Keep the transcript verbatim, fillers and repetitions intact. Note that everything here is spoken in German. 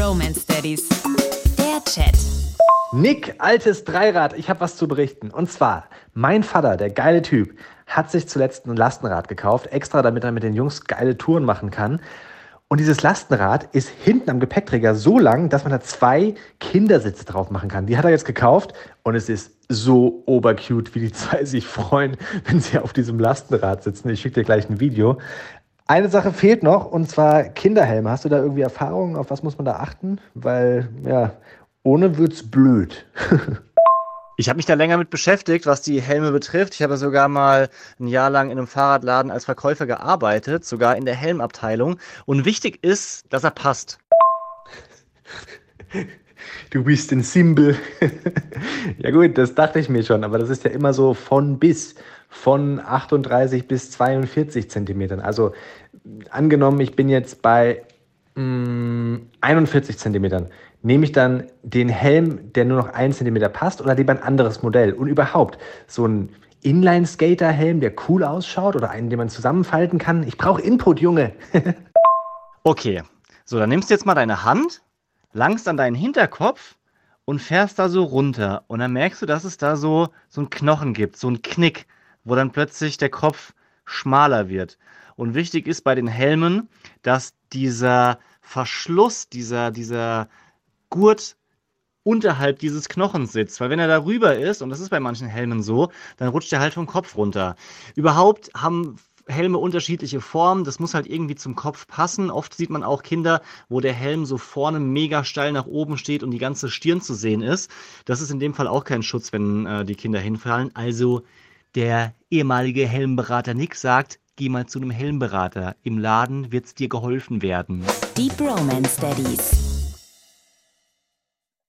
Bromance Daddies. Der Chat. Nick, altes Dreirad, ich habe was zu berichten. Und zwar, mein Vater, der geile Typ, hat sich zuletzt ein Lastenrad gekauft, extra damit er mit den Jungs geile Touren machen kann. Und dieses Lastenrad ist hinten am Gepäckträger so lang, dass man da zwei Kindersitze drauf machen kann. Die hat er jetzt gekauft und es ist so obercute, wie die zwei sich freuen, wenn sie auf diesem Lastenrad sitzen. Ich schicke dir gleich ein Video. Eine Sache fehlt noch, und zwar Kinderhelme. Hast du da irgendwie Erfahrungen? Auf was muss man da achten? Weil, ja, ohne wird's blöd. Ich habe mich da länger mit beschäftigt, was die Helme betrifft. Ich habe sogar mal ein Jahr lang in einem Fahrradladen als Verkäufer gearbeitet, sogar in der Helmabteilung. Und wichtig ist, dass er passt. Du bist ein Symbol. Ja gut, das dachte ich mir schon, aber das ist ja immer so von bis, von achtunddreißig bis zweiundvierzig Zentimetern. Also angenommen, ich bin jetzt bei mh, einundvierzig Zentimetern. Nehme ich dann den Helm, der nur noch einen Zentimeter passt, oder lieber ein anderes Modell? Und überhaupt, so ein Inline-Skater-Helm, der cool ausschaut, oder einen, den man zusammenfalten kann? Ich brauche Input, Junge. Okay, so, dann nimmst du jetzt mal deine Hand, langst an deinen Hinterkopf und fährst da so runter. Und dann merkst du, dass es da so, so einen Knochen gibt, so einen Knick, wo dann plötzlich der Kopf schmaler wird. Und wichtig ist bei den Helmen, dass dieser Verschluss, dieser, dieser Gurt unterhalb dieses Knochens sitzt. Weil wenn er darüber ist, und das ist bei manchen Helmen so, dann rutscht er halt vom Kopf runter. Überhaupt haben Helme unterschiedliche Formen, das muss halt irgendwie zum Kopf passen. Oft sieht man auch Kinder, wo der Helm so vorne mega steil nach oben steht und die ganze Stirn zu sehen ist. Das ist in dem Fall auch kein Schutz, wenn äh, die Kinder hinfallen. Also der ehemalige Helmberater Nick sagt, geh mal zu einem Helmberater. Im Laden wird's dir geholfen werden. Die Bromance Daddies.